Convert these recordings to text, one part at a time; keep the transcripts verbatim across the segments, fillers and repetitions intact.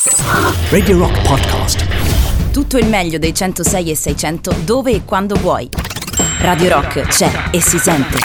Radio Rock Podcast. Tutto il meglio dei centosei e seicento dove e quando vuoi. Radio Rock c'è e si sente.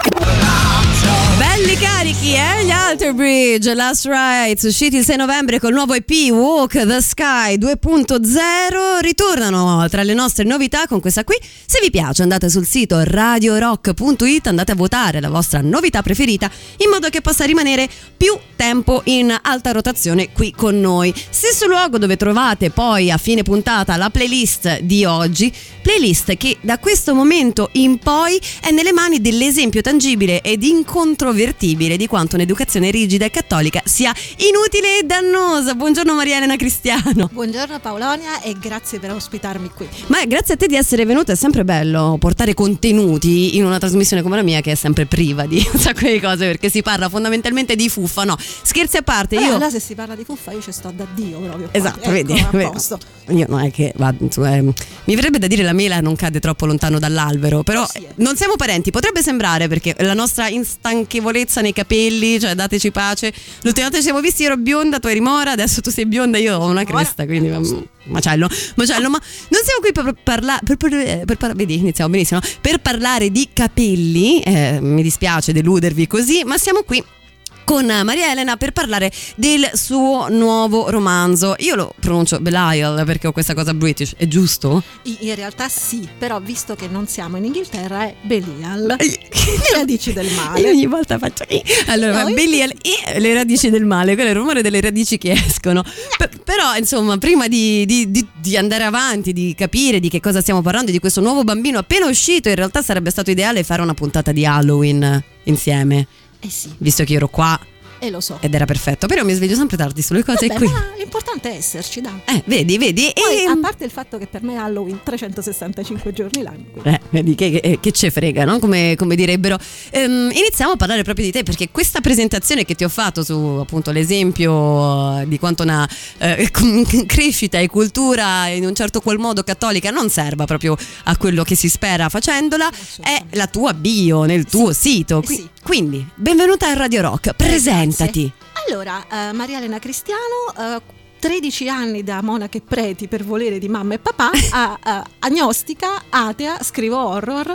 Belli carichi, eh? Gli Alter Bridge, Last Rites, usciti il sei novembre col nuovo E P Walk the Sky due punto zero, ritornano tra le nostre novità con questa qui. Se vi piace andate sul sito radio rock punto it, andate a votare la vostra novità preferita in modo che possa rimanere più tempo in alta rotazione qui con noi. Stesso luogo dove trovate poi a fine puntata la playlist di oggi, playlist che da questo momento in poi è nelle mani dell'esempio tangibile ed incontrovertibile di quanto un'educazione rigida e cattolica sia inutile e dannosa. Buongiorno Maria Elena Cristiano. Buongiorno Paolonia e grazie per ospitarmi qui. Ma grazie a te di essere venuta, è sempre bello portare contenuti in una trasmissione come la mia che è sempre priva di un sacco di cose, perché si parla fondamentalmente di fuffa, no? Scherzi a parte, Vabbè, io allora se si parla di fuffa io ci sto da Dio proprio. Esatto, ecco, vedi, a vedi. posto. Io non è che vado, eh, mi verrebbe da dire la mela non cade troppo lontano dall'albero, però sì, eh. non siamo parenti, potrebbe sembrare, perché la nostra instanchevolezza nei capelli, cioè dateci pace. L'ultima volta ci siamo visti ero bionda, tu eri mora, adesso tu sei bionda, io ho una cresta, quindi um, macello, macello, ma non siamo qui per parlare per, per, per, per, vedi, iniziamo benissimo, per parlare di capelli, eh, mi dispiace deludervi così, ma siamo qui con Maria Elena per parlare del suo nuovo romanzo. Io lo pronuncio Belial perché ho questa cosa british, è giusto? In realtà sì, però visto che non siamo in Inghilterra è Belial, le radici del male. Io ogni volta faccio allora no, Belial e le radici del male, quello è il rumore delle radici che escono. P- però insomma, prima di, di, di, di andare avanti, di capire di che cosa stiamo parlando, di questo nuovo bambino appena uscito, in realtà sarebbe stato ideale fare una puntata di Halloween insieme. Eh sì. Visto che io ero qua e lo so. Ed era perfetto, però mi sveglio sempre tardi sulle cose. Vabbè, qui. Ma l'importante è esserci, dai. Eh, vedi, vedi. Poi, e... a parte il fatto che per me è Halloween trecentosessantacinque giorni l'anno. Eh, vedi che, che, che ce frega, no? Come, come direbbero. Ehm, iniziamo a parlare proprio di te, perché questa presentazione che ti ho fatto su appunto l'esempio di quanto una eh, crescita e cultura in un certo qual modo cattolica non serva proprio a quello che si spera facendola, è la tua bio nel tuo sì. sito. Qui, sì. Quindi, benvenuta a Radio Rock, presentati. Grazie. Allora, uh, Maria Elena Cristiano, uh, tredici anni da monache e preti per volere di mamma e papà, a, a, agnostica, atea, scrivo horror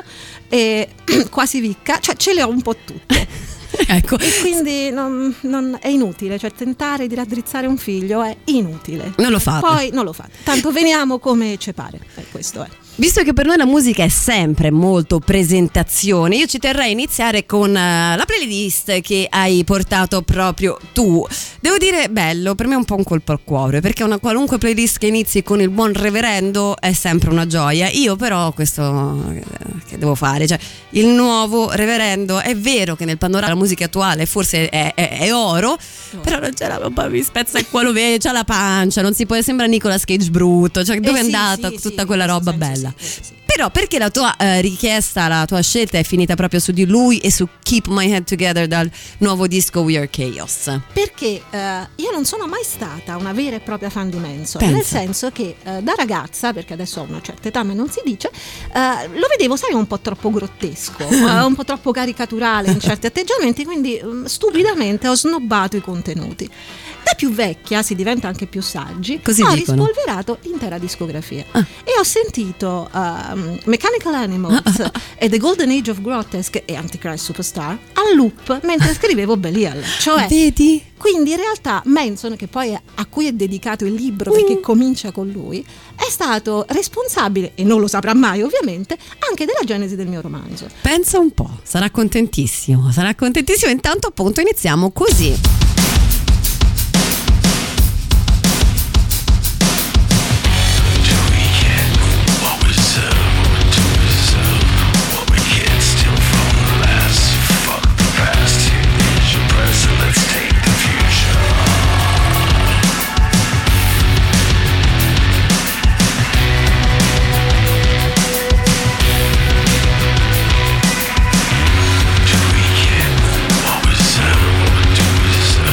e quasi vicca, cioè ce le ho un po' tutte. Ecco. E quindi non, non è inutile, cioè tentare di raddrizzare un figlio è inutile. Non lo fate. Poi non lo fate. Tanto veniamo come ci pare. Eh, questo è. Visto che per noi la musica è sempre molto presentazione, io ci terrei a iniziare con uh, la playlist che hai portato proprio tu. Devo dire, bello, per me è un po' un colpo al cuore, perché una qualunque playlist che inizi con il buon reverendo è sempre una gioia. Io però questo che devo fare, cioè il nuovo reverendo, è vero che nel panorama della musica attuale forse è, è, è oro, oh. però non c'è la roba, mi spezza il cuore, vede, c'ha la pancia, non si può, sembra Nicolas Cage brutto, cioè dove eh sì, è andata sì, tutta sì, quella roba senso, bella? Sì, sì. Però perché la tua uh, richiesta, la tua scelta è finita proprio su di lui e su Keep My Head Together dal nuovo disco We Are Chaos? Perché uh, io non sono mai stata una vera e propria fan di Manson. Pensa. Nel senso che uh, da ragazza, perché adesso ho una certa età ma non si dice, uh, lo vedevo, sai, un po' troppo grottesco, uh, un po' troppo caricaturale in certi atteggiamenti, quindi um, stupidamente ho snobbato i contenuti. Da più vecchia si diventa anche più saggi. Così ho dicono. rispolverato l'intera discografia ah. e ho sentito um, Mechanical Animals ah. e The Golden Age of Grotesque e Antichrist Superstar al loop mentre scrivevo Belial. Cioè, vedi? Quindi in realtà Manson, che poi è, a cui è dedicato il libro perché mm. comincia con lui, è stato responsabile, e non lo saprà mai ovviamente, anche della genesi del mio romanzo. Pensa un po', sarà contentissimo, sarà contentissimo. Intanto appunto iniziamo così. Do we get what we deserve?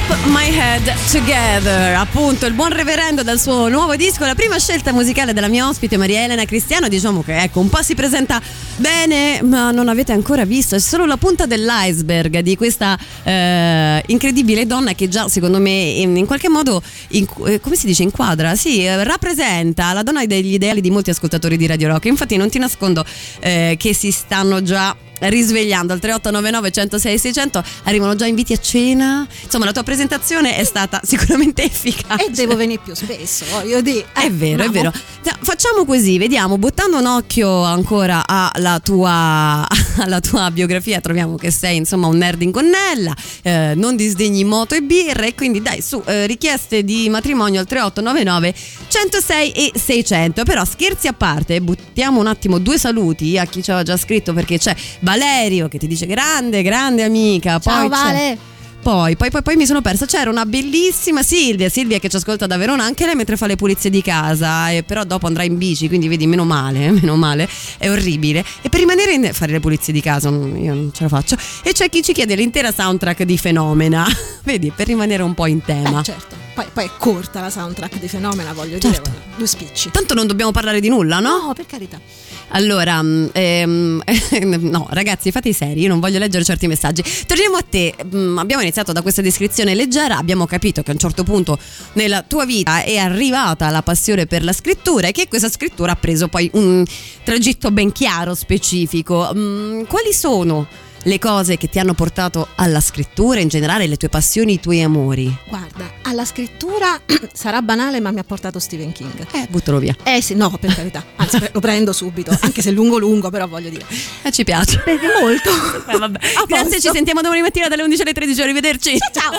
Keep My Head Together, appunto il buon reverendo dal suo nuovo disco, la prima scelta musicale della mia ospite Maria Elena Cristiano. Diciamo che ecco un po' si presenta bene, ma non avete ancora visto, è solo la punta dell'iceberg di questa eh, incredibile donna che già secondo me in, in qualche modo in, eh, come si dice, inquadra, sì, eh, rappresenta la donna degli ideali di molti ascoltatori di Radio Rock. Infatti non ti nascondo eh, che si stanno già risvegliando al tre otto nove nove uno zero sei sei zero zero, arrivano già inviti a cena. Insomma, la tua presentazione è stata sicuramente efficace e devo venire più spesso, voglio dire. È eh, vero, bravo. è vero. Facciamo così, vediamo, buttando un occhio ancora alla tua, alla tua biografia, troviamo che sei insomma un nerd in gonnella, eh, non disdegni moto e birra, e quindi dai su, eh, richieste di matrimonio al tre otto nove nove uno zero sei e seicento. Però scherzi a parte, buttiamo un attimo due saluti a chi ci aveva già scritto, perché c'è Valerio che ti dice grande, grande amica. Ciao poi Vale. C'è, poi, poi, poi, poi mi sono persa. C'era una bellissima Silvia, Silvia che ci ascolta da Verona, anche lei mentre fa le pulizie di casa, e però dopo andrà in bici, quindi vedi, meno male, meno male, è orribile. E per rimanere in fare le pulizie di casa io non ce la faccio. E c'è chi ci chiede l'intera soundtrack di Fenomena, vedi, per rimanere un po' in tema. Eh, certo. Poi, poi è corta la soundtrack di Fenomena, voglio Certo. dire, due spicci. Tanto non dobbiamo parlare di nulla, no? No, per carità. Allora, ehm, no ragazzi, fate i seri, io non voglio leggere certi messaggi. Torniamo a te. Abbiamo iniziato da questa descrizione leggera, abbiamo capito che a un certo punto nella tua vita è arrivata la passione per la scrittura e che questa scrittura ha preso poi un tragitto ben chiaro, specifico. Quali sono le cose che ti hanno portato alla scrittura, in generale le tue passioni, i tuoi amori? Guarda, alla scrittura sarà banale, ma mi ha portato Stephen King. Eh, buttalo via. Eh sì, no, per carità, anzi lo prendo subito, anche se lungo lungo, però voglio dire. Eh, ci piace. Perché molto. Eh, vabbè. A Grazie, posto. ci sentiamo domani mattina dalle undici alle tredici, arrivederci. Ciao.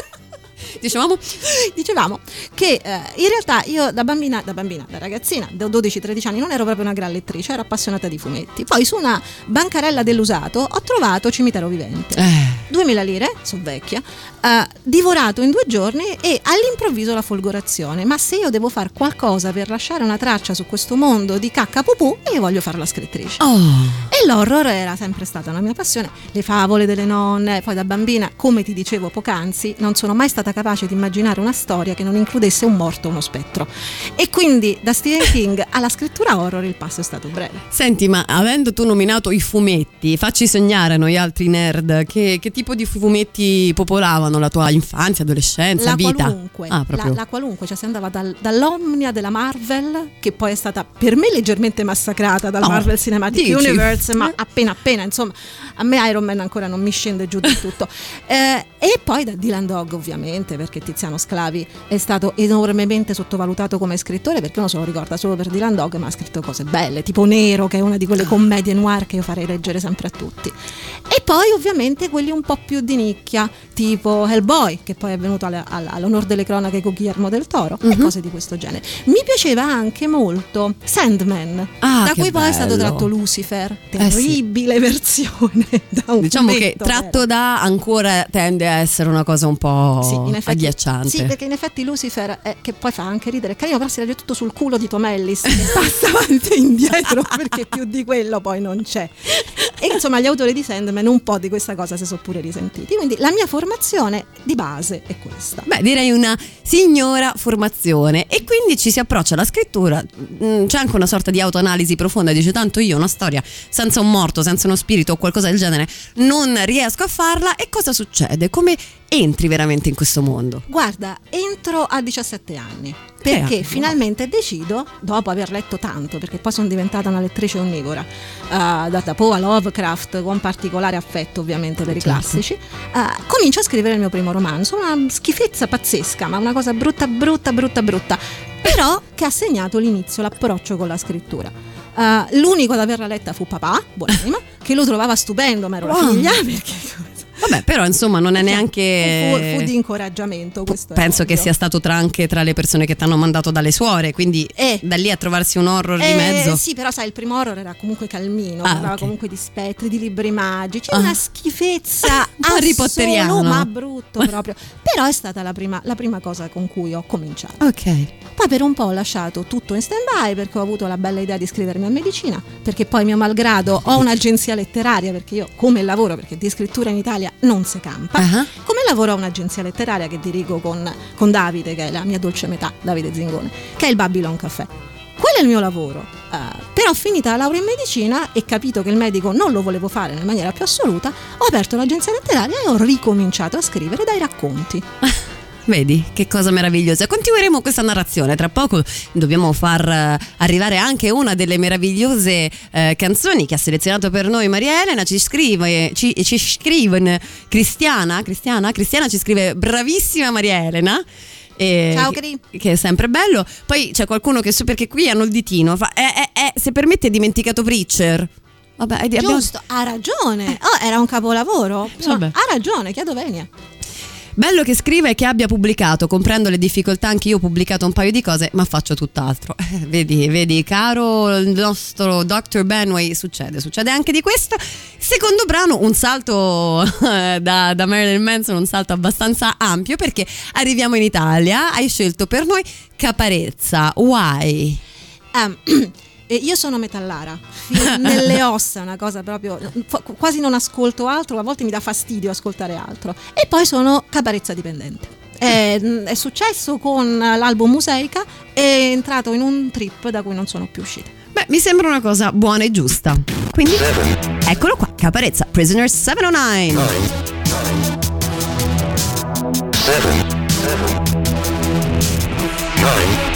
Dicevamo? Dicevamo che eh, in realtà io da bambina, da bambina, da ragazzina, da dodici tredici anni non ero proprio una gran lettrice, ero appassionata di fumetti. Poi su una bancarella dell'usato ho trovato Cimitero Vivente. Eh. duemila lire, sono vecchia, eh, divorato in due giorni e all'improvviso la folgorazione. Ma se io devo fare qualcosa per lasciare una traccia su questo mondo di cacca pupù, io voglio fare la scrittrice. Oh. E l'horror era sempre stata una mia passione, le favole delle nonne. Poi da bambina, come ti dicevo poc'anzi, non sono mai stata capace di immaginare una storia che non includesse un morto o uno spettro. E quindi da Stephen King alla scrittura horror il passo è stato breve. Senti, ma avendo tu nominato i fumetti, facci sognare noi altri nerd, che, che tipo di fumetti popolavano la tua infanzia, adolescenza, La vita? qualunque, Ah, proprio. la, la qualunque, cioè si andava dal, dall'omnia della Marvel, che poi è stata per me leggermente massacrata dal Oh, Marvel Cinematic dici? Universe, ma appena appena, insomma, a me Iron Man ancora non mi scende giù del tutto. Eh, e poi da Dylan Dog, ovviamente, perché Tiziano Sclavi è stato enormemente sottovalutato come scrittore, perché uno se lo ricorda solo per Dylan Dog, ma ha scritto cose belle, tipo Nero, che è una di quelle commedie noir che io farei leggere sempre a tutti. E poi ovviamente quelli un po' più di nicchia, tipo Hellboy, che poi è venuto alla, alla, all'onor delle cronache con Guillermo del Toro, Mhm. e cose di questo genere. Mi piaceva anche molto Sandman, Ah, da che cui poi è stato bello. tratto Lucifer, Eh sì. terribile versione da un Diciamo che fumetto, tratto vero? da ancora tende a essere una cosa un po' Sì, in effetti, agghiacciante. sì, perché in effetti Lucifer è, che poi fa anche ridere, è carino, però si legge tutto sul culo di Tom Ellis, che passa avanti e indietro, perché più di quello poi non c'è. E insomma gli autori di Sandman un po' di questa cosa si sono pure risentiti. Quindi la mia formazione di base è questa. Beh, direi una signora formazione. E quindi ci si approccia alla scrittura. Mm, C'è anche una sorta di autoanalisi profonda. Dice, tanto io una storia senza un morto, senza uno spirito o qualcosa del genere non riesco a farla. E cosa succede? Come entri veramente in questo mondo? Guarda, entro a diciassette anni, perché Eh, finalmente decido, dopo aver letto tanto, perché poi sono diventata una lettrice onnivora, uh, da Poe a Lovecraft, con particolare affetto ovviamente per i Certo. classici, uh, comincio a scrivere il mio primo romanzo, una schifezza pazzesca, ma una cosa brutta, brutta, brutta, brutta, però che ha segnato l'inizio, l'approccio con la scrittura. Uh, l'unico ad averla letta fu papà, buonanima, che lo trovava stupendo, ma ero Wow. la figlia, perché... Vabbè, però insomma non è neanche... Fu, fu di incoraggiamento, questo è Penso che ovvio. sia stato tra anche tra le persone che ti hanno mandato dalle suore, quindi Eh. da lì a trovarsi un horror di Eh, mezzo. sì, però sai, il primo horror era comunque calmino, Ah, parlava ok. comunque di spettri, di libri magici, Ah. una schifezza Un po' Harry Potteriano. assoluta, ma brutto proprio. Però è stata la prima, la prima cosa con cui ho cominciato. Ok. Poi per un po' ho lasciato tutto in stand-by, perché ho avuto la bella idea di iscrivermi a medicina, perché poi mio malgrado ho un'agenzia letteraria, perché io come lavoro, perché di scrittura in Italia Italia non se campa. Uh-huh. Come lavoro a un'agenzia letteraria che dirigo con, con Davide, che è la mia dolce metà, Davide Zingone, che è il Babylon Café. Quello è il mio lavoro, uh, però finita la laurea in medicina e capito che il medico non lo volevo fare nella maniera più assoluta, ho aperto l'agenzia letteraria e ho ricominciato a scrivere dai racconti. Vedi che cosa meravigliosa. Continueremo questa narrazione. Tra poco dobbiamo far arrivare anche una delle meravigliose eh, canzoni che ha selezionato per noi Maria Elena. Ci scrive, ci, ci scrive Cristiana, Cristiana, Cristiana ci scrive: bravissima Maria Elena. E Ciao che, che è sempre bello. Poi c'è qualcuno che so, perché qui hanno il ditino, fa, eh, eh, eh, se permette, dimenticato Preacher. Vabbè, abbiamo... Giusto, ha ragione. Oh, era un capolavoro. Insomma, ha ragione, chiedo venia. Bello che scrive e che abbia pubblicato. Comprendo le difficoltà, anche io ho pubblicato un paio di cose, ma faccio tutt'altro. Eh, vedi, vedi, caro il nostro doctor Benway, succede, succede anche di questo. Secondo brano, un salto eh, da, da Marilyn Manson, un salto abbastanza ampio, perché arriviamo in Italia. Hai scelto per noi Caparezza. Why? Um, io sono metallara, nelle ossa, una cosa proprio, quasi non ascolto altro, a volte mi dà fastidio ascoltare altro. E poi sono caparezza dipendente. È, è successo con l'album Museica, è entrato in un trip da cui non sono più uscita. Beh, mi sembra una cosa buona e giusta. Quindi, Seven. Eccolo qua, Caparezza, Prisoner settecentonove. Seven. Seven. Nine.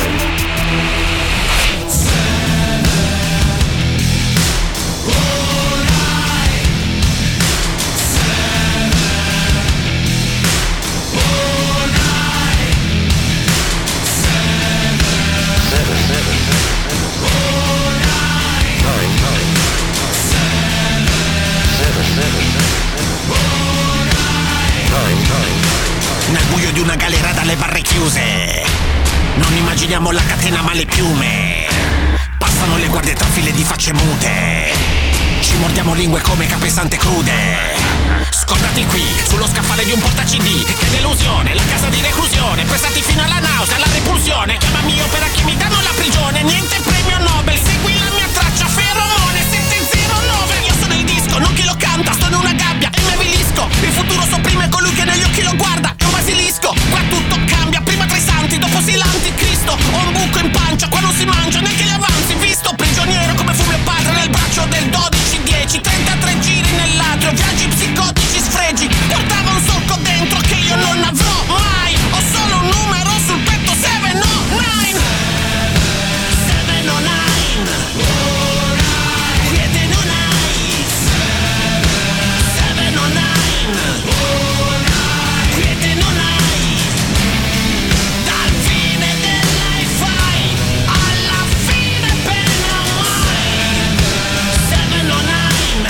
Nel buio di una galera dalle barre chiuse, non immaginiamo la catena ma le piume. Passano le guardie tra file di facce mute, ci mordiamo lingue come capesante crude. Scordati qui, sullo scaffale di un porta-C D, che delusione, la casa di reclusione. Pesati fino alla nausea, alla repulsione. Chiamami opera che mi danno la prigione. Niente premio Nobel, segui la mia traccia, feromone sette zero nove. Io sono il disco, non chi lo canta, sto in una gabbia e mi avvilisco. Il futuro sopprime colui che negli occhi lo guarda, è un basilisco. Qua tutto cambia, prima tra i santi, dopo si l'anticristo. Ho un buco in pancia, qua non si mangia neanche gli avanzi. Visto prigioniero come fu mio padre nel braccio del dodici dieci. trentatré giri nell'atrio, viaggi psicotici, sfregi. Portava un solco dentro che io non avrò mai. Ho solo un numero sul petto, sette o nove. sette o nove. Quiete non hai. sette o nove. Quiete non hai. Dal fine dell'hi-fi alla fine pena mai. sette o nove.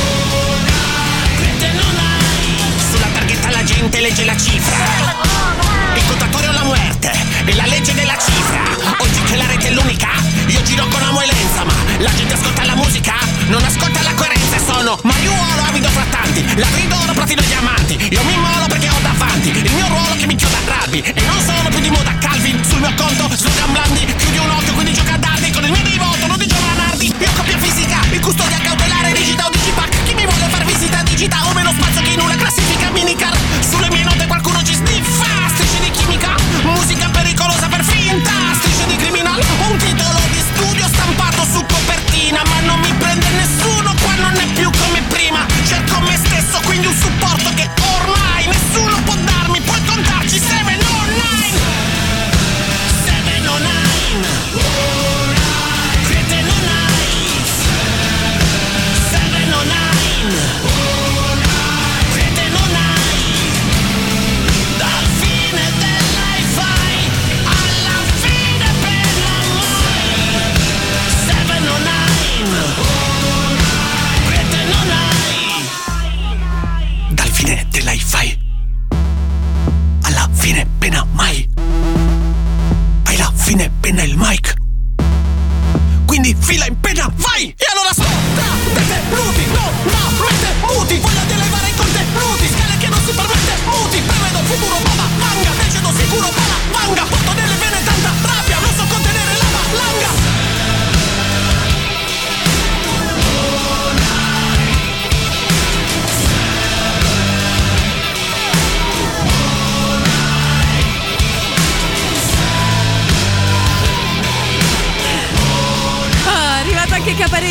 Quiete non hai. Sulla targhetta la gente legge la cifra, il contatore o la muerte e la legge della cifra. Oggi che la rete è l'unica, io giro con amo e lenza, ma la gente ascolta la musica, non ascolta la coerenza. E sono mariuolo avido fra tanti, ladri d'oro, platino e diamanti. Io mi immolo perché ho davanti il mio ruolo che mi chiuda a rabbi. E non sono più di moda Calvin, sul mio conto slogan blandi. Chiudi un occhio quindi gioca a dardi, con il mio divoto non di Giovanardi. Io copia fisica, in custodia cautelare, rigida o digipack. Chi mi vuole far visita digita o meno spazio che in una classifica minicar. Sulle mie note qualcuno ci sniffa, strisce di chimica, musica pericolosa per finta, strisce di criminal. Un titolo di studio stampato su copertina, ma non mi prende nessuno, qua non è più come prima. Cerco me stesso, quindi un supporto che ormai nessuno può darmi. Puoi contarci, sette o nove.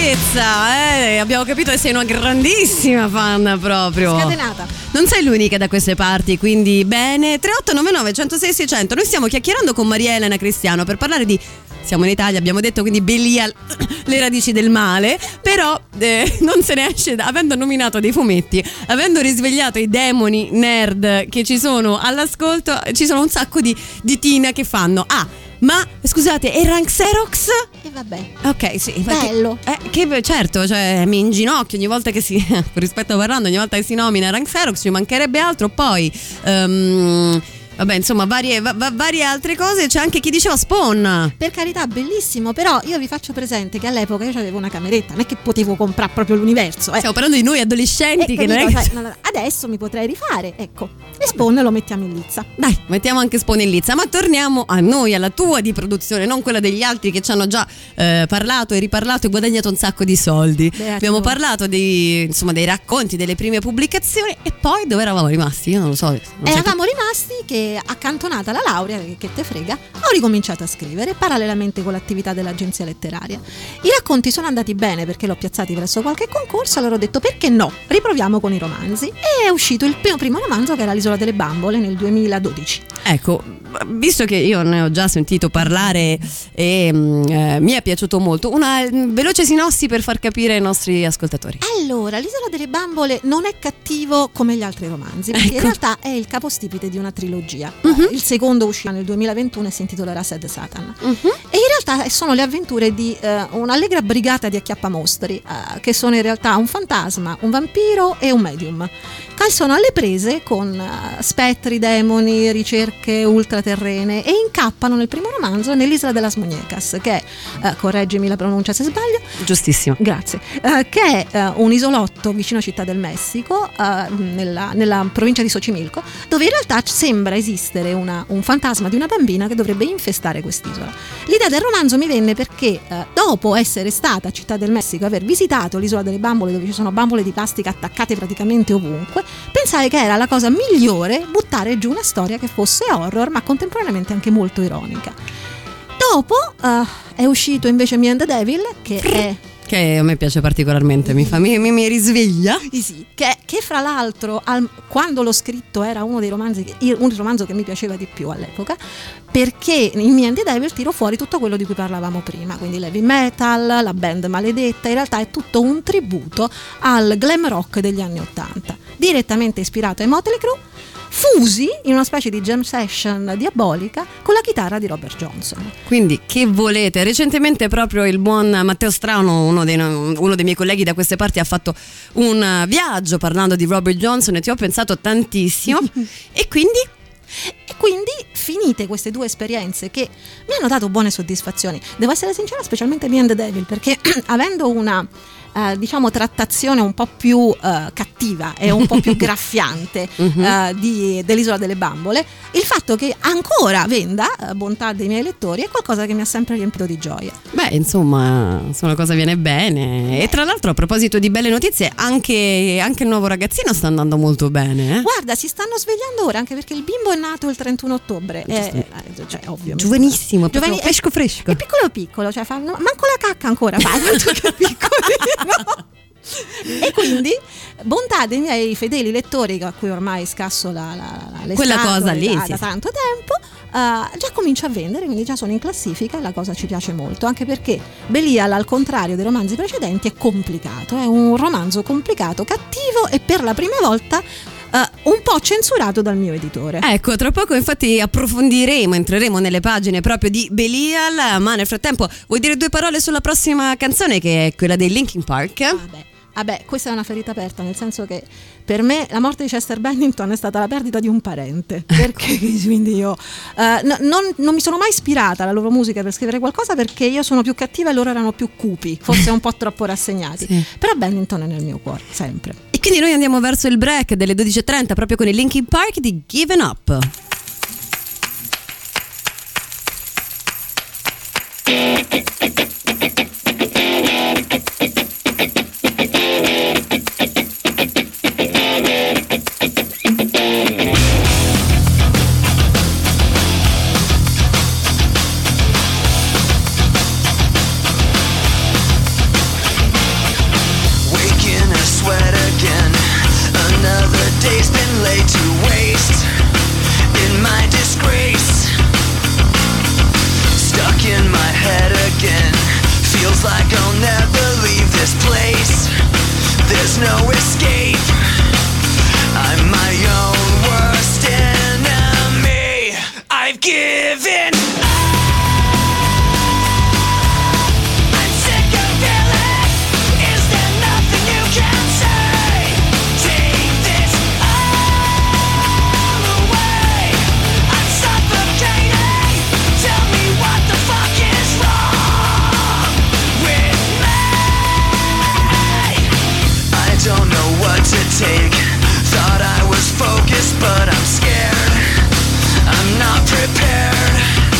bellezza, eh? Abbiamo capito che sei una grandissima fan proprio. Scatenata. Non sei l'unica da queste parti, quindi bene. tre otto nove nove uno zero sei sei zero zero. Noi stiamo chiacchierando con Maria Elena Cristiano per parlare di... Siamo in Italia, abbiamo detto, quindi Belial, le radici del male, però eh, non se ne esce, avendo nominato dei fumetti, avendo risvegliato i demoni nerd che ci sono all'ascolto, ci sono un sacco di, di teen che fanno ah, ma scusate, era Xerox? E vabbè. Ok, sì, infatti, bello. Eh, che certo, cioè mi inginocchio ogni volta che si rispetto parlando, ogni volta che si nomina Rank Xerox, ci mancherebbe altro. Poi um, vabbè, insomma, varie, va, varie altre cose. C'è anche chi diceva Spawn. Per carità, bellissimo, però io vi faccio presente che all'epoca io avevo una cameretta, non è che potevo comprare proprio l'universo. Eh. Stiamo parlando di noi adolescenti, eh, che capito, non è che... cioè, no, no, adesso mi potrei rifare, ecco. E Spawn lo mettiamo in lizza. Dai, mettiamo anche Spawn in lizza, ma torniamo a noi, alla tua di produzione, non quella degli altri che ci hanno già eh, parlato e riparlato e guadagnato un sacco di soldi. Beato. Abbiamo parlato dei, insomma, dei racconti, delle prime pubblicazioni, e poi dove eravamo rimasti? Io non lo so. Non Eravamo rimasti che, accantonata la laurea, che te frega, ho ricominciato a scrivere parallelamente con l'attività dell'agenzia letteraria. I racconti sono andati bene perché l'ho piazzati presso qualche concorso, allora ho detto perché no, riproviamo con i romanzi, e è uscito il primo, primo romanzo, che era L'isola delle bambole, nel duemiladodici. Ecco, visto che io ne ho già sentito parlare e mm, eh, mi è piaciuto molto, una mm, veloce sinossi per far capire ai nostri ascoltatori. Allora, L'isola delle bambole non è cattivo come gli altri romanzi, perché Ecco. in realtà è il capostipite di una trilogia. Mhm. Il secondo uscirà nel duemilaventuno e si intitolerà Sad Satan. Mhm. E in realtà sono le avventure di eh, un'allegra brigata di acchiappamostri, eh, che sono in realtà un fantasma, un vampiro e un medium, che sono alle prese con eh, spettri, demoni, ricerche ultraterrene, e incappano nel primo romanzo nell'isola de las Muñecas, che è, eh, correggimi la pronuncia se sbaglio, Giustissimo. grazie, eh, che è eh, un isolotto vicino a Città del Messico, eh, nella, nella provincia di Xochimilco, dove in realtà sembra esistere una, un fantasma di una bambina che dovrebbe infestare quest'isola. L'idea del romanzo mi venne perché eh, dopo essere stata a Città del Messico, aver visitato l'isola delle bambole, dove ci sono bambole di plastica attaccate praticamente ovunque, pensai che era la cosa migliore buttare giù una storia che fosse horror ma contemporaneamente anche molto ironica. Dopo uh, è uscito invece Me and the Devil, che è Che a me piace particolarmente, mi, fa, mi, mi, mi risveglia. sì, che, che fra l'altro al, quando l'ho scritto era uno dei romanzi che, un romanzo che mi piaceva di più all'epoca, perché in Me and the Devil tiro fuori tutto quello di cui parlavamo prima, quindi l'heavy metal, la band maledetta. In realtà è tutto un tributo al glam rock degli anni ottanta, direttamente ispirato ai Motley Crue, fusi in una specie di jam session diabolica con la chitarra di Robert Johnson. Quindi che volete? Recentemente proprio il buon Matteo Strano, uno dei, uno dei miei colleghi da queste parti, ha fatto un viaggio parlando di Robert Johnson e ti ho pensato tantissimo. E quindi? E quindi, finite queste due esperienze che mi hanno dato buone soddisfazioni, devo essere sincera, specialmente Me and the Devil, perché avendo una eh, diciamo trattazione un po' più eh, cattiva e un po' più graffiante Mhm. eh, di, dell'Isola delle Bambole, il fatto che ancora venda, eh, bontà dei miei lettori, è qualcosa che mi ha sempre riempito di gioia. Beh, insomma, se una cosa viene bene. E tra l'altro, a proposito di belle notizie, anche, anche il nuovo ragazzino sta andando molto bene, eh? Guarda, si stanno svegliando ora, anche perché il bimbo è nato il trentuno ottobre, eh, eh, cioè ovvio. Giovanissimo, proprio Giovani- fresco fresco. È piccolo piccolo, cioè fa, no, manco la cacca ancora fa, tanto che è piccolino. E quindi, bontà dei miei fedeli lettori, a cui ormai scasso la, la, la, le Quella scatole cosa lì, da, sì, da sì. tanto tempo, eh, già comincia a vendere, quindi già sono in classifica, e la cosa ci piace molto, anche perché Belial, al contrario dei romanzi precedenti, è complicato, è un romanzo complicato, cattivo e per la prima volta Uh, un po' censurato dal mio editore. Ecco, tra poco infatti approfondiremo, entreremo nelle pagine proprio di Belial, ma nel frattempo vuoi dire due parole sulla prossima canzone, che è quella dei Linkin Park? Vabbè, vabbè, questa è una ferita aperta, nel senso che per me la morte di Chester Bennington è stata la perdita di un parente, perché quindi io eh, no- non, non mi sono mai ispirata alla loro musica per scrivere qualcosa, perché io sono più cattiva e loro erano più cupi, forse un po' troppo rassegnati. Sì. Però Bennington è nel mio cuore, sempre. E quindi noi andiamo verso il break delle dodici e trenta proprio con i Linkin Park di Given Up. given up. I'm sick of feeling. Is there nothing you can say? Take this all away. I'm suffocating. Tell me what the fuck is wrong with me. I don't know what to take. Thought I was focused, but I'm scared. I'm not prepared.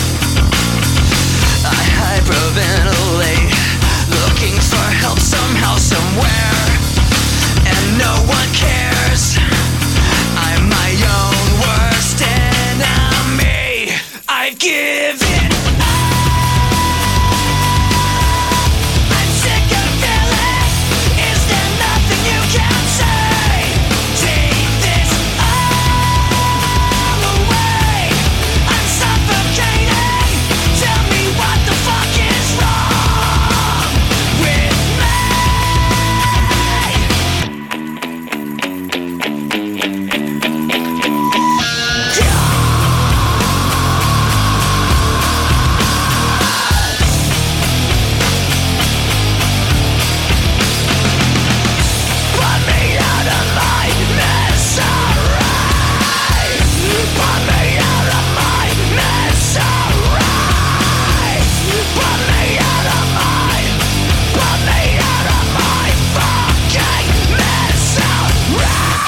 I hyperventilate, looking for help somehow, somewhere, and no one cares. I'm my own worst enemy. I've given up. I'm sick of feeling. Is there nothing you can say? Take this all away. I'm suffocating. Tell me what the fuck is wrong with me. Put me out of my misery. Put me out of my misery. Put me out of my, put me out of my fucking misery.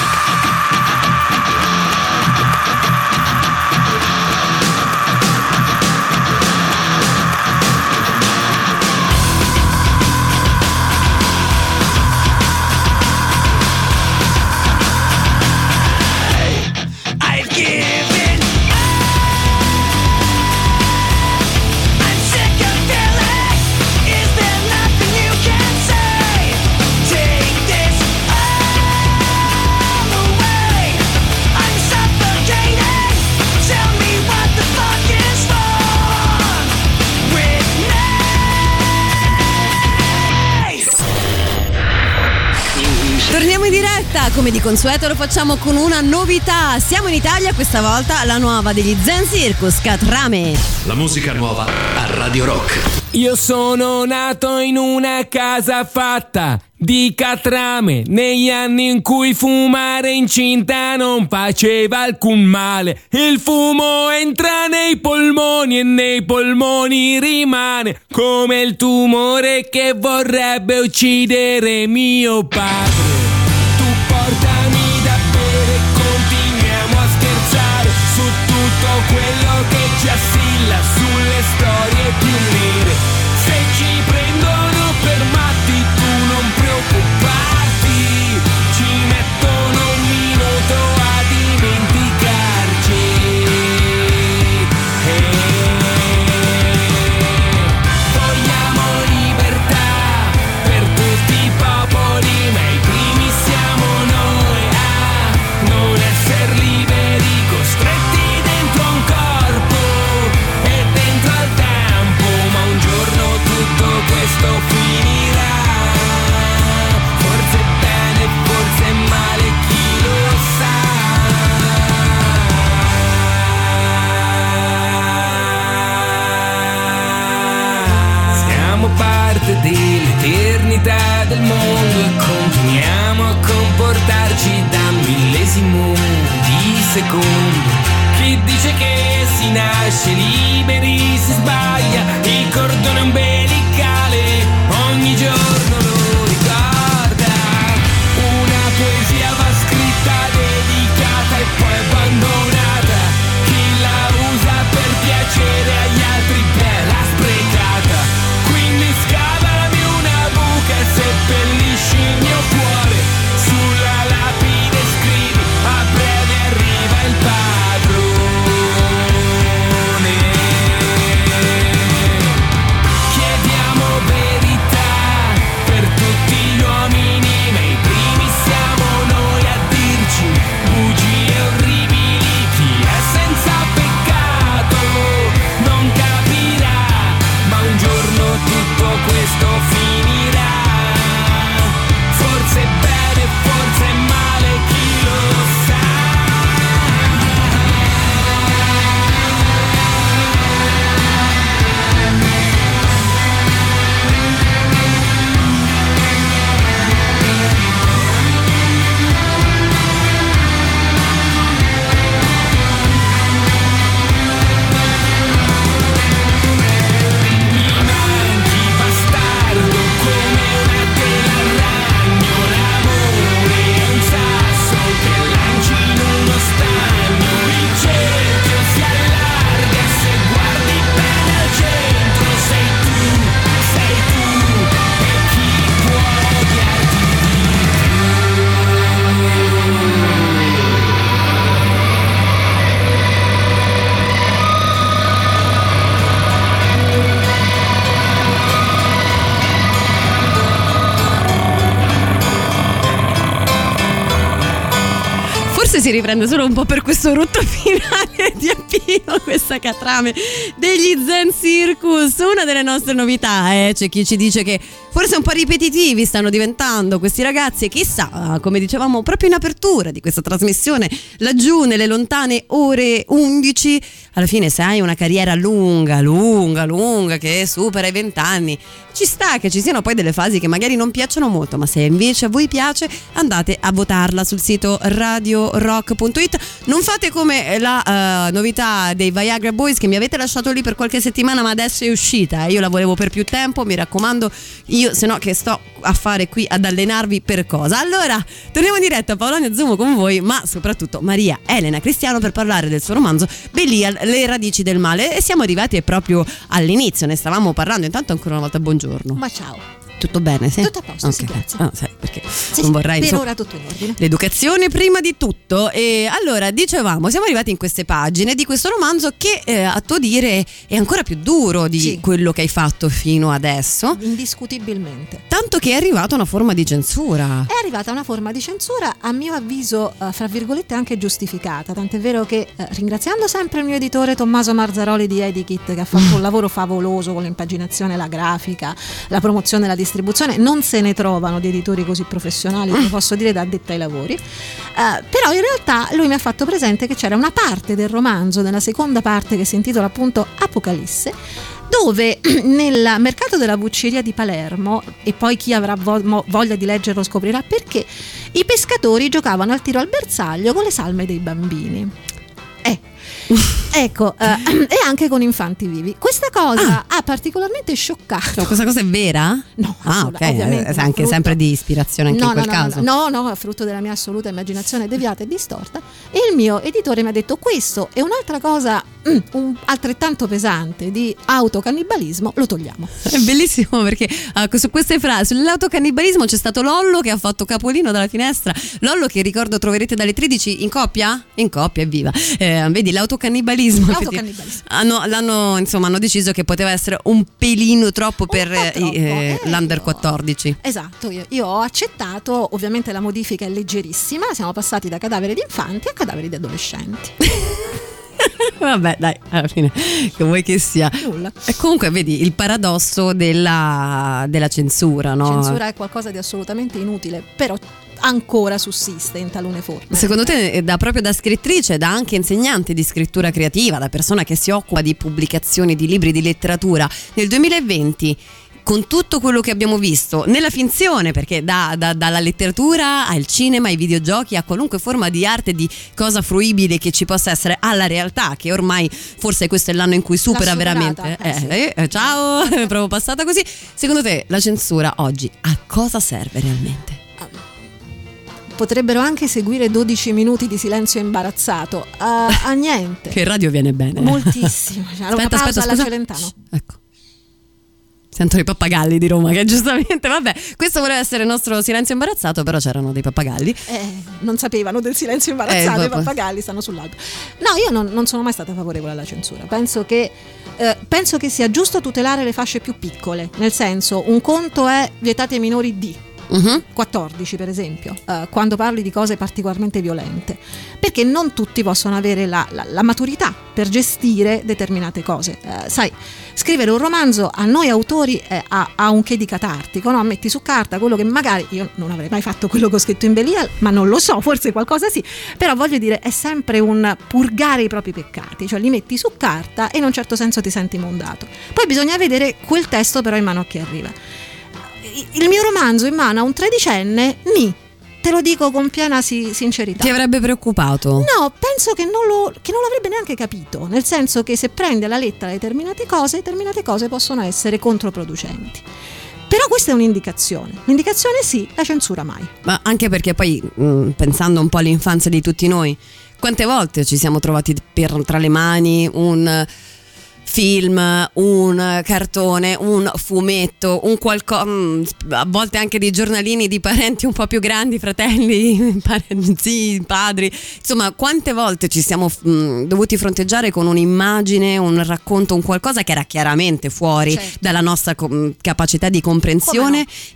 I've given up. I'm sick of feeling. Is there nothing you can say? Take this all away. I'm suffocating. Tell me what the fuck is wrong with me. Torniamo in diretta, come di consueto lo facciamo con una novità. Siamo in Italia, questa volta la nuova degli Zen Circus, Catrame. La musica nuova a Radio Rock. Io sono nato in una casa fatta di catrame, negli anni in cui fumare incinta non faceva alcun male. Il fumo entra nei polmoni e nei polmoni rimane come il tumore che vorrebbe uccidere mio padre. Tu portami da bere, continuiamo a scherzare su tutto quello che ci assilla, sulle storie più nere. Se ci prendono per matti tu non preoccuparti, ci mettono un minuto a dimenticarci. Vogliamo libertà per tutti i popoli, ma i primi siamo noi a non essere liberi, costretti dentro un corpo e dentro al tempo. Ma un giorno tutto questo finirà, forse bene, forse male, chi lo sa. Siamo parte dell'eternità del mondo e continuiamo a comportarci da millesimo di secondo. Chi dice che si nasce liberi si sbaglia, il cordone umbilicale ogni giorno lo ricorda. Una poesia va scritta, dedicata e poi abbandonata. Chi la usa per piacere agli altri beh, l'ha sprecata. Quindi scavalami una buca e seppellisci il mio cuore. Sulla lapide scrivi: a breve arriva il padrone. Chiediamo verità per si riprende solo un po' per questo rotto finale di Appino, questa catrame degli Zen Circus, una delle nostre novità. Eh? C'è chi ci dice che forse un po' ripetitivi stanno diventando questi ragazzi e chissà, come dicevamo proprio in apertura di questa trasmissione, laggiù nelle lontane ore undici, alla fine se hai una carriera lunga, lunga, lunga che supera i vent'anni, ci sta che ci siano poi delle fasi che magari non piacciono molto, ma se invece a voi piace andate a votarla sul sito radio rock punto it. Non fate come la uh, novità dei Viagra Boys che mi avete lasciato lì per qualche settimana ma adesso è uscita, eh. Io la volevo per più tempo, mi raccomando, io se no che sto a fare qui ad allenarvi per cosa. Allora torniamo in diretta, Paolonio Zumo con voi, ma soprattutto Maria Elena Cristiano per parlare del suo romanzo Belial, le radici del male, e siamo arrivati proprio all'inizio, ne stavamo parlando. Intanto ancora una volta buongiorno. Ma ciao. Tutto bene, sì? Tutto a posto, okay. Sì, grazie. Ah, sai, perché Sì, non vorrei, per insomma, ora tutto in ordine. l'educazione prima di tutto. E allora dicevamo, siamo arrivati in queste pagine di questo romanzo che eh, a tuo dire è ancora più duro di Sì. quello che hai fatto fino adesso, Indiscutibilmente. tanto che è arrivata una forma di censura. È arrivata una forma di censura, a mio avviso, eh, fra virgolette, anche giustificata. Tant'è vero che, eh, ringraziando sempre il mio editore Tommaso Marzaroli di Edikit, che ha fatto un lavoro favoloso con l'impaginazione, la grafica, la promozione e la distribuzione, non se ne trovano di editori così professionali, lo posso dire da addetta ai lavori. Eh, però in realtà lui mi ha fatto presente che c'era una parte del romanzo, nella seconda parte, che si intitola appunto Apocalisse, dove nel mercato della Bucceria di Palermo, e poi chi avrà vo- voglia di leggerlo scoprirà perché, i pescatori giocavano al tiro al bersaglio con le salme dei bambini. Eh, ecco, eh, e anche con infanti vivi. Questa cosa ah. ha particolarmente scioccato. No, questa cosa è vera? No, ah, ok, ovviamente, è anche frutto... sempre di ispirazione anche no, in quel no, caso. No, no, no, è frutto della mia assoluta immaginazione deviata e distorta. E il mio editore mi ha detto: questo è un'altra cosa mm, un, altrettanto pesante di autocannibalismo, lo togliamo. È bellissimo perché uh, su queste frasi sull'autocannibalismo c'è stato Lollo che ha fatto capolino dalla finestra. Lollo, che ricordo troverete dalle tredici in coppia? In coppia, evviva. Eh, vedi, l'autocannibalismo. L'autocannibalismo. Hanno, l'hanno, insomma, hanno deciso che poteva essere un pelino troppo Un per po' troppo, eh, eh, l'Under io- quattordici. Esatto, io, io ho accettato. Ovviamente la modifica è leggerissima, siamo passati da cadaveri di infanti a cadaveri di adolescenti. Vabbè, dai, alla fine che vuoi che sia. Nulla. E comunque vedi il paradosso della, della censura, no? Censura è qualcosa di assolutamente inutile, però ancora sussiste in talune forme. Secondo te, da proprio da scrittrice, da anche insegnante di scrittura creativa, da persona che si occupa di pubblicazioni di libri di letteratura, nel duemilaventi, con tutto quello che abbiamo visto nella finzione, perché da, da, dalla letteratura al cinema, ai videogiochi, a qualunque forma di arte, di cosa fruibile che ci possa essere, alla realtà, che ormai forse questo è l'anno in cui supera L'ha superata, veramente. eh, Eh, sì. eh, eh, ciao, proprio passata così. Secondo te la censura oggi a cosa serve realmente? Potrebbero anche seguire dodici minuti di silenzio imbarazzato. A, a niente. Che in radio viene bene. Moltissimo. Cioè, una Aspetta, pausa aspetta, alla scusa. Celentano. Shh, ecco. Sento i pappagalli di Roma che giustamente, vabbè, questo voleva essere il nostro silenzio imbarazzato, però c'erano dei pappagalli. Eh, non sapevano del silenzio imbarazzato, Eh, i papà. pappagalli stanno sull'albero. No, io non, non sono mai stata favorevole alla censura. Penso che, eh, penso che sia giusto tutelare le fasce più piccole. Nel senso, un conto è vietati ai minori di Uh-huh. quattordici, per esempio, eh, quando parli di cose particolarmente violente, perché non tutti possono avere la, la, la maturità per gestire determinate cose. Eh, sai, scrivere un romanzo a noi autori eh, ha, ha un che di catartico, no? Metti su carta quello che magari io non avrei mai fatto, quello che ho scritto in Belial, ma non lo so, forse qualcosa sì, però voglio dire, è sempre un purgare i propri peccati, cioè li metti su carta e in un certo senso ti senti mondato. Poi bisogna vedere quel testo però in mano a chi arriva. Il mio romanzo in mano a un tredicenne, ni, te lo dico con piena si- sincerità. Ti avrebbe preoccupato? No, penso che non, lo, che non l'avrebbe neanche capito, nel senso che se prende alla lettera determinate cose, determinate cose possono essere controproducenti. Però questa è un'indicazione. L'indicazione sì, la censura mai. Ma anche perché poi, mh, pensando un po' all'infanzia di tutti noi, quante volte ci siamo trovati per, tra le mani un film, un cartone, un fumetto, un qualcosa, a volte anche dei giornalini di parenti un po' più grandi, fratelli, zii, padri, insomma, quante volte ci siamo mh, dovuti fronteggiare con un'immagine, un racconto, un qualcosa che era chiaramente fuori Certo. dalla nostra com- capacità di comprensione.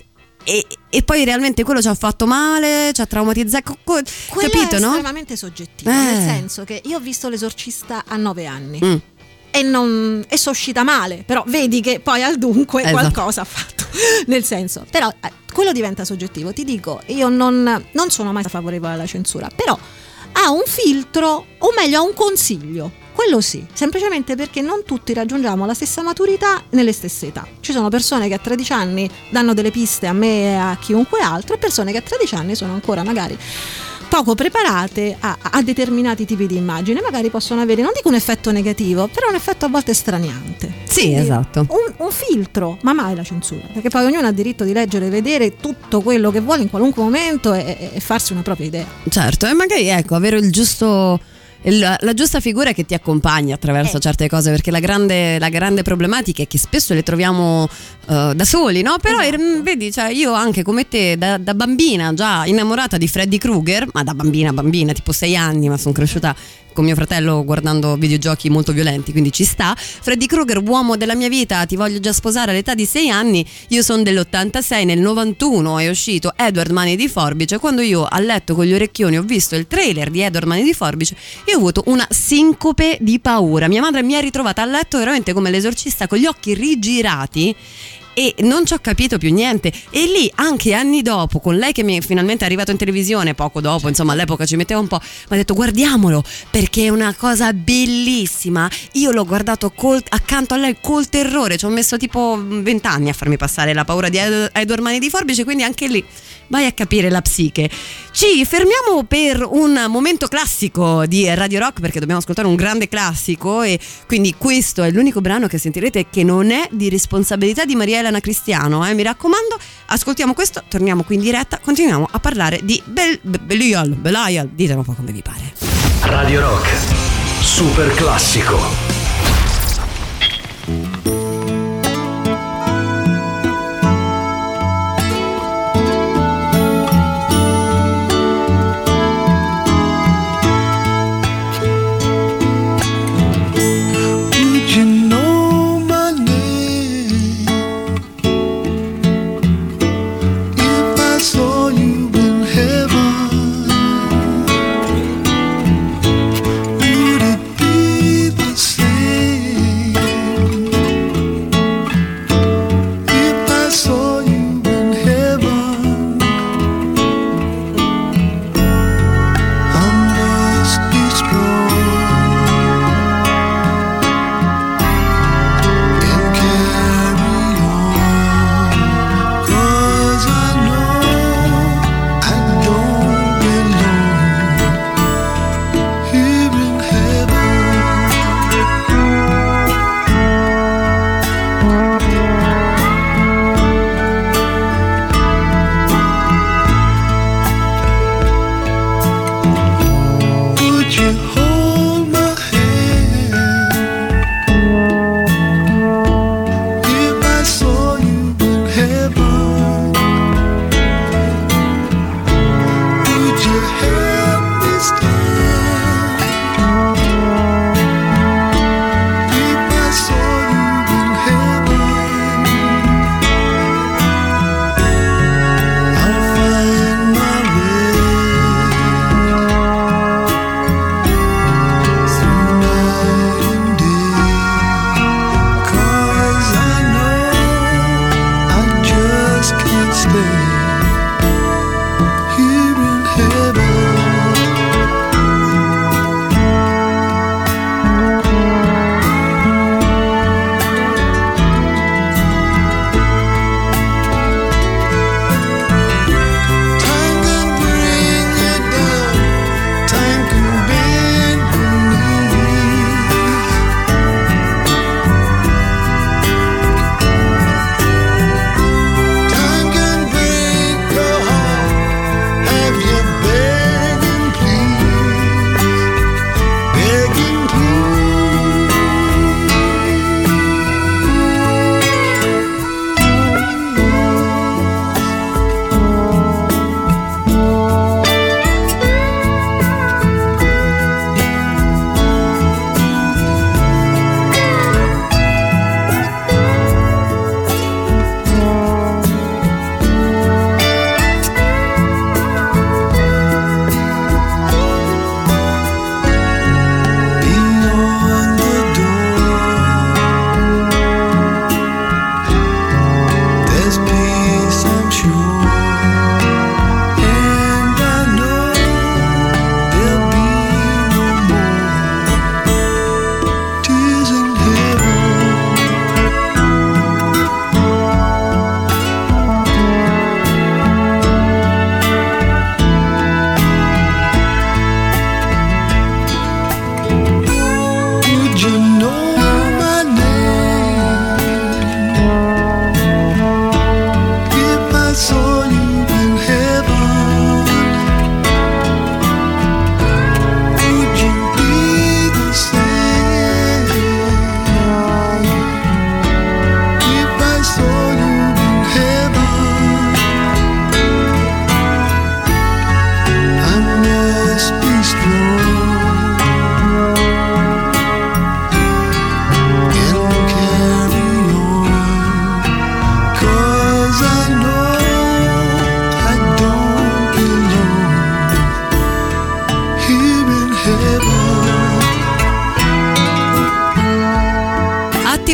e, e poi realmente quello ci ha fatto male, ci ha traumatizzato, co- Quello capito, è no? estremamente soggettivo, Eh. nel senso che io ho visto L'Esorcista a nove anni. Mm. E, non, e sono uscita male, però vedi che poi al dunque Esatto. qualcosa ha fatto. Nel senso, però eh, quello diventa soggettivo. Ti dico, io non, non sono mai favorevole alla censura, però ha un filtro, o meglio ha un consiglio. Quello sì, semplicemente perché non tutti raggiungiamo la stessa maturità nelle stesse età. Ci sono persone che a tredici anni danno delle piste a me e a chiunque altro, e persone che a tredici anni sono ancora magari poco preparate a, a determinati tipi di immagini, magari possono avere, non dico un effetto negativo, però un effetto a volte straniante. Sì, Quindi esatto. Un, un filtro, ma mai la censura, perché poi ognuno ha diritto di leggere e vedere tutto quello che vuole in qualunque momento e, e farsi una propria idea. Certo, e magari ecco, avere il giusto il- la giusta figura che ti accompagna attraverso Eh. certe cose, perché la grande, la grande problematica è che spesso le troviamo eh, da soli, no? Però Esatto. er- vedi, cioè, io anche come te da, da bambina già innamorata di Freddy Krueger, ma da bambina bambina tipo sei anni, ma sono cresciuta con mio fratello guardando videogiochi molto violenti, quindi ci sta. Freddy Krueger, uomo della mia vita, ti voglio già sposare all'età di sei anni. Io sono dell'ottantasei, nel novantuno è uscito Edward Mani di Forbice. Quando io a letto con gli orecchioni ho visto il trailer di Edward Mani di Forbice, io ho avuto una sincope di paura. Mia madre mi ha ritrovata a letto veramente come l'esorcista, con gli occhi rigirati, e non ci ho capito più niente. E lì, anche anni dopo, con lei che mi finalmente è arrivato in televisione, poco dopo, insomma all'epoca ci metteva un po', mi ha detto guardiamolo perché è una cosa bellissima. Io l'ho guardato col, accanto a lei col terrore, ci ho messo tipo vent'anni a farmi passare la paura di Ed- Edward Mani di Forbice, quindi anche lì vai a capire la psiche. Ci fermiamo per un momento classico di Radio Rock, perché dobbiamo ascoltare un grande classico, e quindi questo è l'unico brano che sentirete che non è di responsabilità di Maria Elena Cristiano, eh, mi raccomando. Ascoltiamo questo, torniamo qui in diretta, continuiamo a parlare di Bel- Be- Belial, Belial, ditelo un po' come vi pare. Radio Rock, super classico. Would you know my name if I saw you in heaven? Would it be the same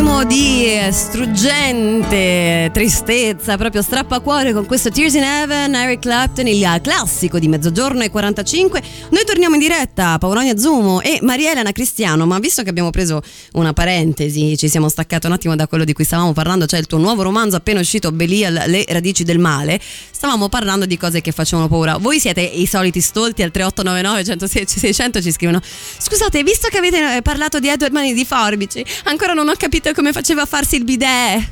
attimo di struggente tristezza, proprio strappacuore con questo Tears in Heaven, Eric Clapton, il classico di mezzogiorno e quarantacinque. Noi torniamo in diretta, Paolonia Zumo e Maria Elena Cristiano, ma visto che abbiamo preso una parentesi, ci siamo staccati un attimo da quello di cui stavamo parlando, cioè il tuo nuovo romanzo appena uscito, Belial, Le radici del male, stavamo parlando di cose che facevano paura. Voi siete i soliti stolti al tre otto nove nove uno zero sei sei zero zero, ci scrivono: scusate, visto che avete parlato di Edward Mani di Forbici, ancora non ho capito come faceva a farsi il bidet.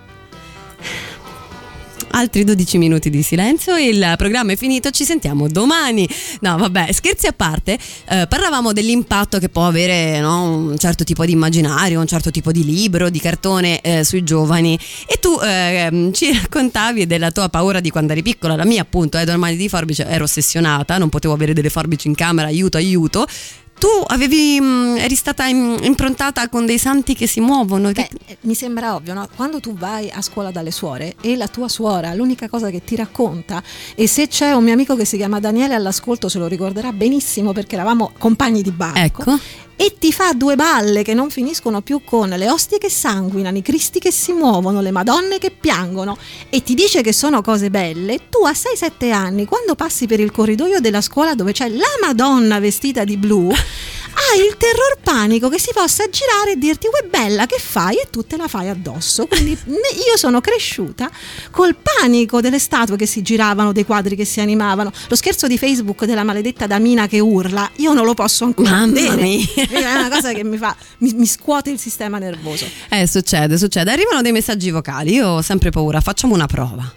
Altri dodici minuti di silenzio, il programma è finito, ci sentiamo domani. No vabbè, scherzi a parte, eh, parlavamo dell'impatto che può avere, no, un certo tipo di immaginario, un certo tipo di libro, di cartone eh, sui giovani, e tu eh, ci raccontavi della tua paura di quando eri piccola. La mia appunto, Edward Mani di Forbice, ero ossessionata, non potevo avere delle forbici in camera, aiuto aiuto. Tu avevi, mh, eri stata in, improntata con dei santi che si muovono. Beh, mi sembra ovvio, no? Quando tu vai a scuola dalle suore e la tua suora l'unica cosa che ti racconta, e se c'è un mio amico che si chiama Daniele all'ascolto se lo ricorderà benissimo perché eravamo compagni di barco, ecco, e ti fa due balle che non finiscono più con le ostie che sanguinano, i cristi che si muovono, le madonne che piangono, e ti dice che sono cose belle, tu a sei sette anni, quando passi per il corridoio della scuola dove c'è la Madonna vestita di blu, hai il terror panico che si possa girare e dirti: uè bella, che fai? E tu te la fai addosso. Quindi io sono cresciuta col panico delle statue che si giravano, dei quadri che si animavano. Lo scherzo di Facebook della maledetta Damina che urla, io non lo posso ancora Mamma vedere. mia. È una cosa che mi fa mi, mi scuote il sistema nervoso. Eh succede, succede, arrivano dei messaggi vocali, io ho sempre paura, facciamo una prova.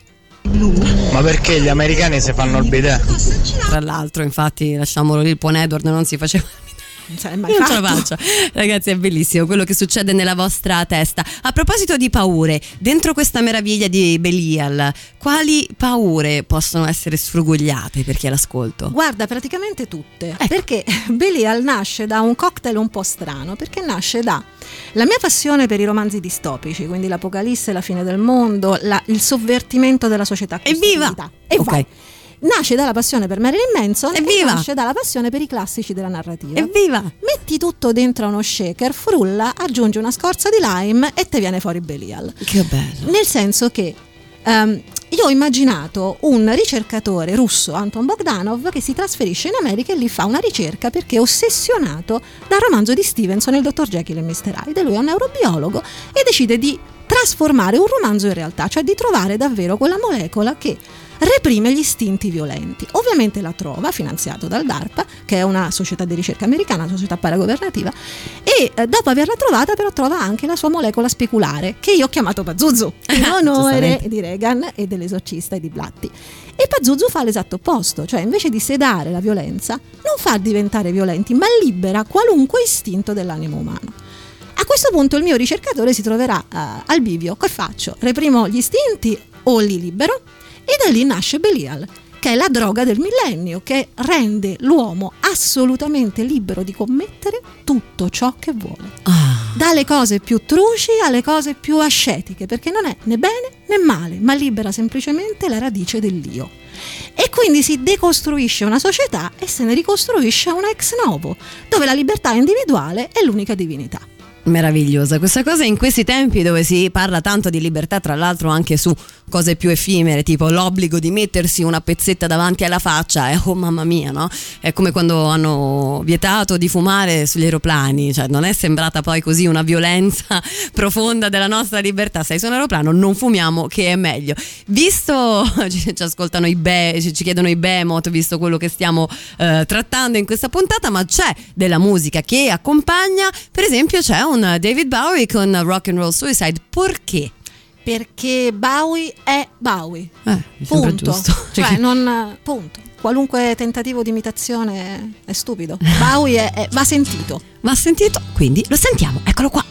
Ma perché gli americani si fanno il bidet? Tra l'altro, infatti, lasciamolo lì, il buon Edward non si faceva. Non ce l'hai mai Io non fatto. ce la faccio. Ragazzi, è bellissimo quello che succede nella vostra testa. A proposito di paure, dentro questa meraviglia di Belial, quali paure possono essere sfrugugliate per chi è all'ascolto? Guarda, praticamente tutte, Ecco. perché Belial nasce da un cocktail un po' strano, perché nasce da la mia passione per i romanzi distopici, quindi l'apocalisse, la fine del mondo, la- il sovvertimento della società. Evviva! costruita. E Ok. vai. Nasce dalla passione per Marilyn Manson Evviva! e nasce dalla passione per i classici della narrativa. Evviva! Metti tutto dentro a uno shaker, frulla, aggiungi una scorza di lime e te viene fuori Belial. Che bello. Nel senso che ehm, io ho immaginato un ricercatore russo, Anton Bogdanov, che si trasferisce in America e lì fa una ricerca perché è ossessionato dal romanzo di Stevenson, il dottor Jekyll e mister Hyde. Lui è un neurobiologo e decide di trasformare un romanzo in realtà, cioè di trovare davvero quella molecola che reprime gli istinti violenti. Ovviamente la trova, finanziato dal DARPA, che è una società di ricerca americana, una società paragovernativa, e eh, dopo averla trovata però trova anche la sua molecola speculare, che io ho chiamato Pazuzu, in onore Giustamente. di Reagan e dell'esorcista e di Blatty. E Pazuzu fa l'esatto opposto, cioè invece di sedare la violenza, non fa diventare violenti, ma libera qualunque istinto dell'animo umano. A questo punto il mio ricercatore si troverà uh, al bivio: che faccio? Reprimo gli istinti o li libero? E da lì nasce Belial, che è la droga del millennio, che rende l'uomo assolutamente libero di commettere tutto ciò che vuole. Ah. Dalle cose più truci alle cose più ascetiche, perché non è né bene né male, ma libera semplicemente la radice dell'io. E quindi si decostruisce una società e se ne ricostruisce una ex novo, dove la libertà individuale è l'unica divinità. Meravigliosa questa cosa in questi tempi dove si parla tanto di libertà, tra l'altro anche su cose più effimere, tipo l'obbligo di mettersi una pezzetta davanti alla faccia, e oh mamma mia, no? È come quando hanno vietato di fumare sugli aeroplani, cioè non è sembrata poi così una violenza profonda della nostra libertà. Sei su un aeroplano, non fumiamo, che è meglio. Visto ci, ci ascoltano i be, ci, ci chiedono i behemoth, visto quello che stiamo eh, trattando in questa puntata, ma c'è della musica che accompagna, per esempio c'è un David Bowie con Rock and Roll Suicide. Perché? Perché Bowie è Bowie. Eh, mi sembra punto. giusto. Cioè, non, punto. Qualunque tentativo di imitazione è stupido. Bowie è, è, va sentito. Va sentito, quindi lo sentiamo. Eccolo qua.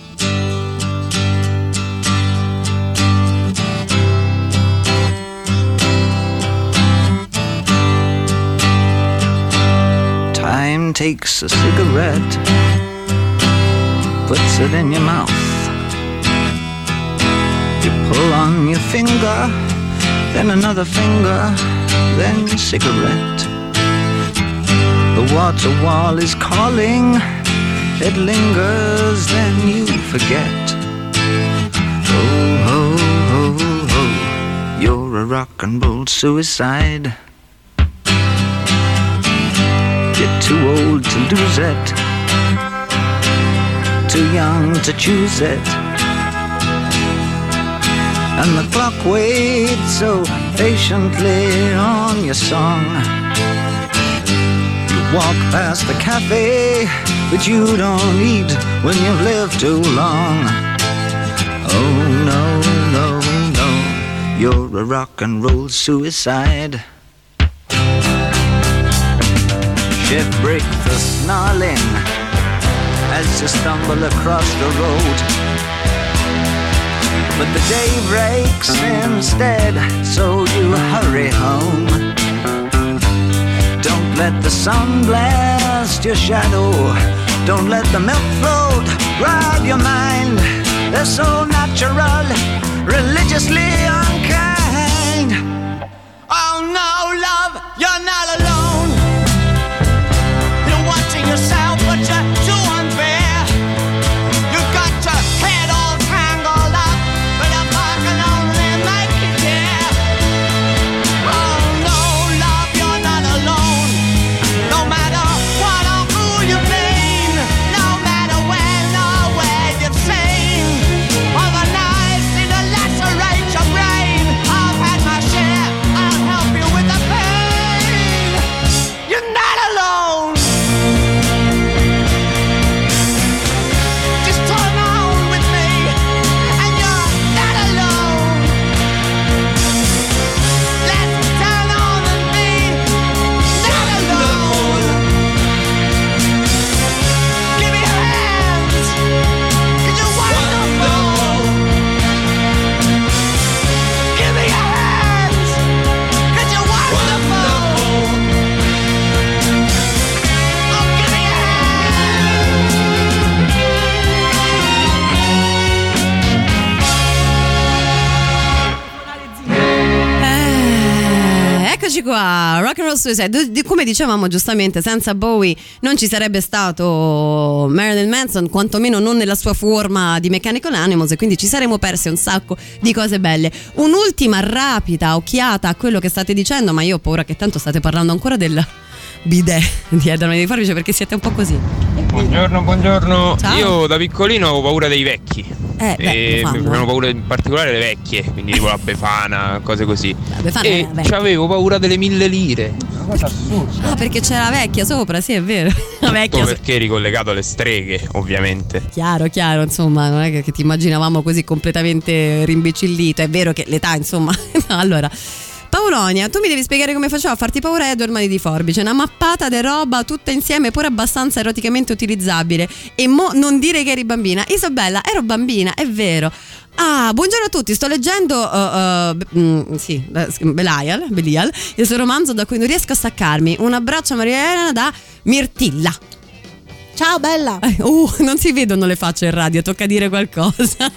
Time takes a cigarette, puts it in your mouth. You pull on your finger, then another finger, then cigarette. The water wall is calling, it lingers, then you forget. You're a rock and roll suicide. You're too old to lose it, too young to choose it, and the clock waits so patiently on your song. You walk past the cafe, but you don't eat when you've lived too long. Oh no, no, no, you're a rock and roll suicide. Ship break the snarling as you stumble across the road, but the day breaks instead, so you hurry home. Don't let the sun blast your shadow, don't let the milk float rob your mind. They're so natural, religiously unkind. Oh no, love, you're not alone. You're watching yourself, but you're too unfair. You've got your head all tangled up, but a buck can only make you dare. Oh no, love, you're not alone. No matter what or who you mean, no matter when or where you've seen, all the knives need to lacerate your brain. I've had my share, I'll help you with the pain. You're not alone. Just turn on with me, and you're not alone. Let's turn on and be not alone. Give me your hands, 'cause you're wonderful. Give me your hands, 'cause you're wonderful. Oh, give me your Eh, eccoci qua, Rock and Roll Suicide. Di- Come dicevamo giustamente, senza Bowie non ci sarebbe stato Marilyn Manson, quantomeno non nella sua forma di Mechanical Animals, e quindi ci saremmo persi un sacco di cose belle. Un'ultima rapida occhiata a quello che state dicendo, ma io ho paura che tanto state parlando ancora del bidet di Edamame di Forbice, perché siete un po' così. Buongiorno, buongiorno. Ciao. Io da piccolino avevo paura dei vecchi. Eh, beh, e lo mi fanno. avevano paura in particolare le vecchie, quindi tipo la Befana, cose così. Befana E era vecchia. avevo paura delle mille lire. Una cosa assurda. Ah, perché c'era la vecchia sopra, sì, è vero. La Tutto vecchia. perché ricollegato alle streghe, ovviamente. Chiaro, chiaro, insomma, non è che, che ti immaginavamo così completamente rimbecillito. È vero che l'età, insomma. No, allora, Paolonia, tu mi devi spiegare come faceva a farti paura Edward Mani di Forbice. Una mappata di roba tutta insieme, pure abbastanza eroticamente utilizzabile. E mo non dire che eri bambina. Isabella, ero bambina, è vero. Ah, buongiorno a tutti, sto leggendo uh, uh, mm, sì, Belial, Belial, il suo romanzo da cui non riesco a staccarmi. Un abbraccio a Maria Elena da Mirtilla. Ciao bella. Eh, uh, non si vedono le facce in radio, tocca dire qualcosa.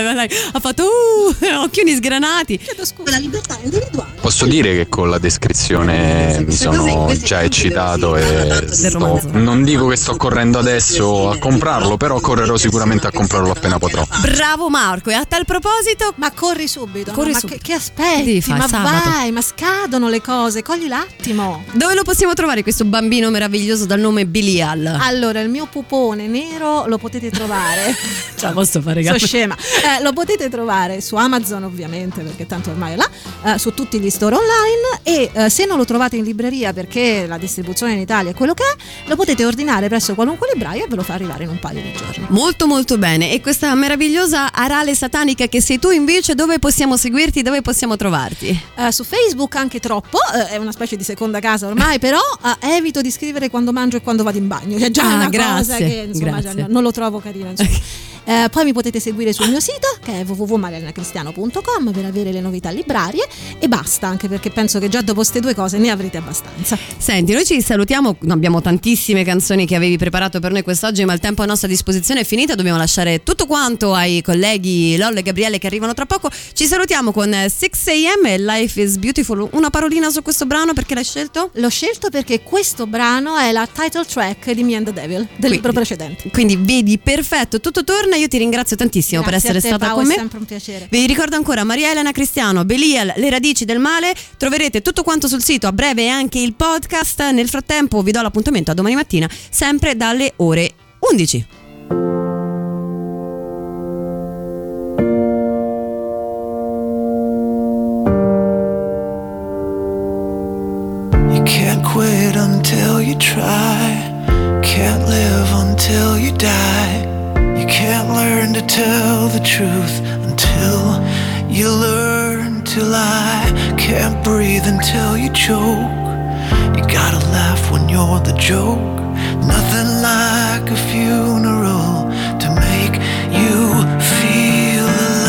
Ha fatto uh, occhioni sgranati. Chiedo scusa, la libertà individuale. Posso dire che con la descrizione mi sono già eccitato e sto, non dico che sto correndo adesso a comprarlo, però correrò sicuramente a comprarlo appena potrò. Bravo Marco, e a tal proposito, ma corri subito. Corri ma subito. Che, che aspetti? Devi fare Ma sabato. vai, ma scadono le cose, cogli l'attimo. Dove lo possiamo trovare questo bambino meraviglioso dal nome Belial? Allora, il mio pupone nero lo potete trovare. Ce la posso fare, Sono scema. Eh, lo potete trovare su Amazon, ovviamente, perché tanto ormai è là, eh, su tutti gli store online, e eh, se non lo trovate in libreria perché la distribuzione in Italia è quello che è, lo potete ordinare presso qualunque libraia e ve lo fa arrivare in un paio di giorni. Molto molto bene. E questa meravigliosa arale satanica che sei tu, invece, dove possiamo seguirti, dove possiamo trovarti? Eh, su Facebook anche troppo, eh, è una specie di seconda casa ormai, però eh, evito di scrivere quando mangio e quando vado in bagno, che è già Ah, una grazie, cosa che insomma grazie. già non lo trovo carino, insomma. Eh, poi mi potete seguire sul mio sito, che è w w w punto mariannacristiano punto com, per avere le novità librarie, e basta, anche perché penso che già dopo queste due cose ne avrete abbastanza. Senti, noi ci salutiamo, abbiamo tantissime canzoni che avevi preparato per noi quest'oggi, ma il tempo a nostra disposizione è finito, dobbiamo lasciare tutto quanto ai colleghi Lollo e Gabriele che arrivano tra poco. Ci salutiamo con sei a m e Life is Beautiful. Una parolina su questo brano, perché l'hai scelto? L'ho scelto perché questo brano è la title track di Me and the Devil, del libro precedente. Quindi vedi, perfetto, tutto torna. Anna, io ti ringrazio tantissimo Grazie per essere a te, stata Pau, con è me. sempre un piacere. Vi ricordo ancora Maria Elena Cristiano, Belial, Le radici del male. Troverete tutto quanto sul sito, a breve anche il podcast. Nel frattempo vi do l'appuntamento a domani mattina, sempre dalle ore undici. You can't quit until you try. Can't live until you die. You can't learn to tell the truth until you learn to lie. Can't breathe until you choke. You gotta laugh when you're the joke. Nothing like a funeral to make you feel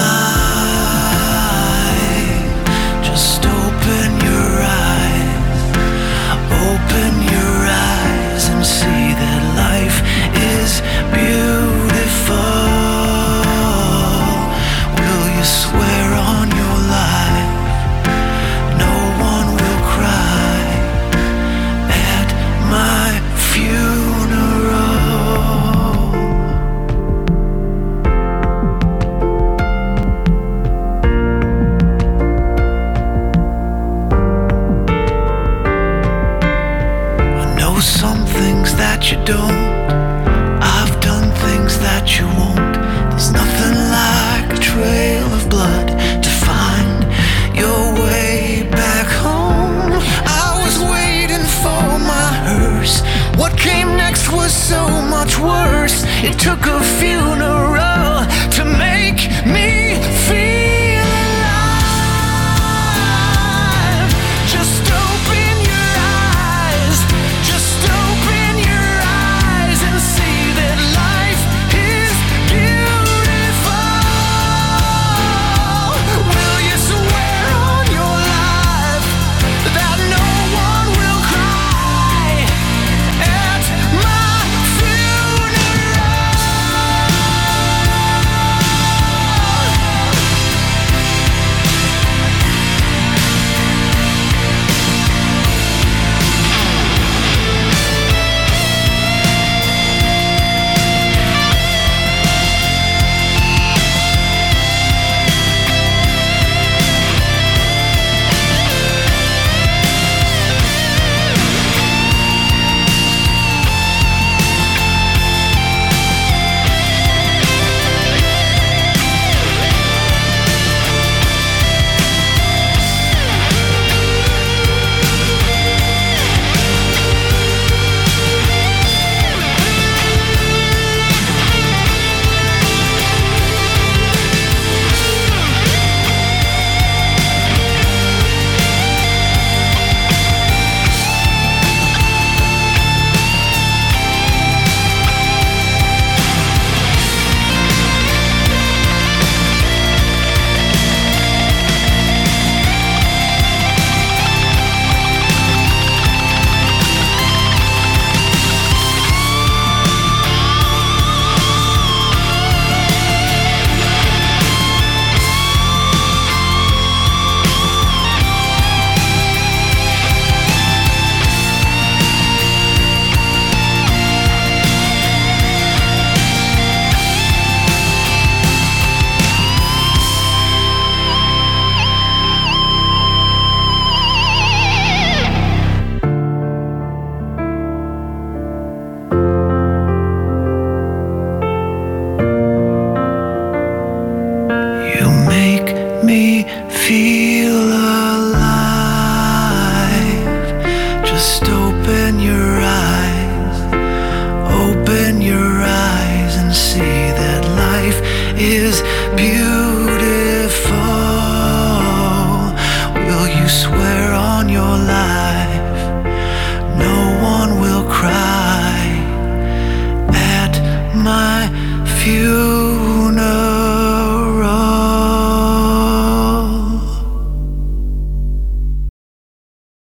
alive. Just open your eyes, open your eyes and see that life is beautiful. Will you swear on your life no one will cry at my funeral? I know some things that you don't. I've done things that you won't. There's nothing like a trail of blood to find your way back home. I was waiting for my hearse. What came next was so much worse. It took a funeral to make me feel alive. Just open your eyes, just open your eyes and see that life is beautiful. Will you swear on your life that no one will cry at my funeral? You make me feel alive. Just open your eyes, open your eyes and see that life is beautiful. Will you swear on your life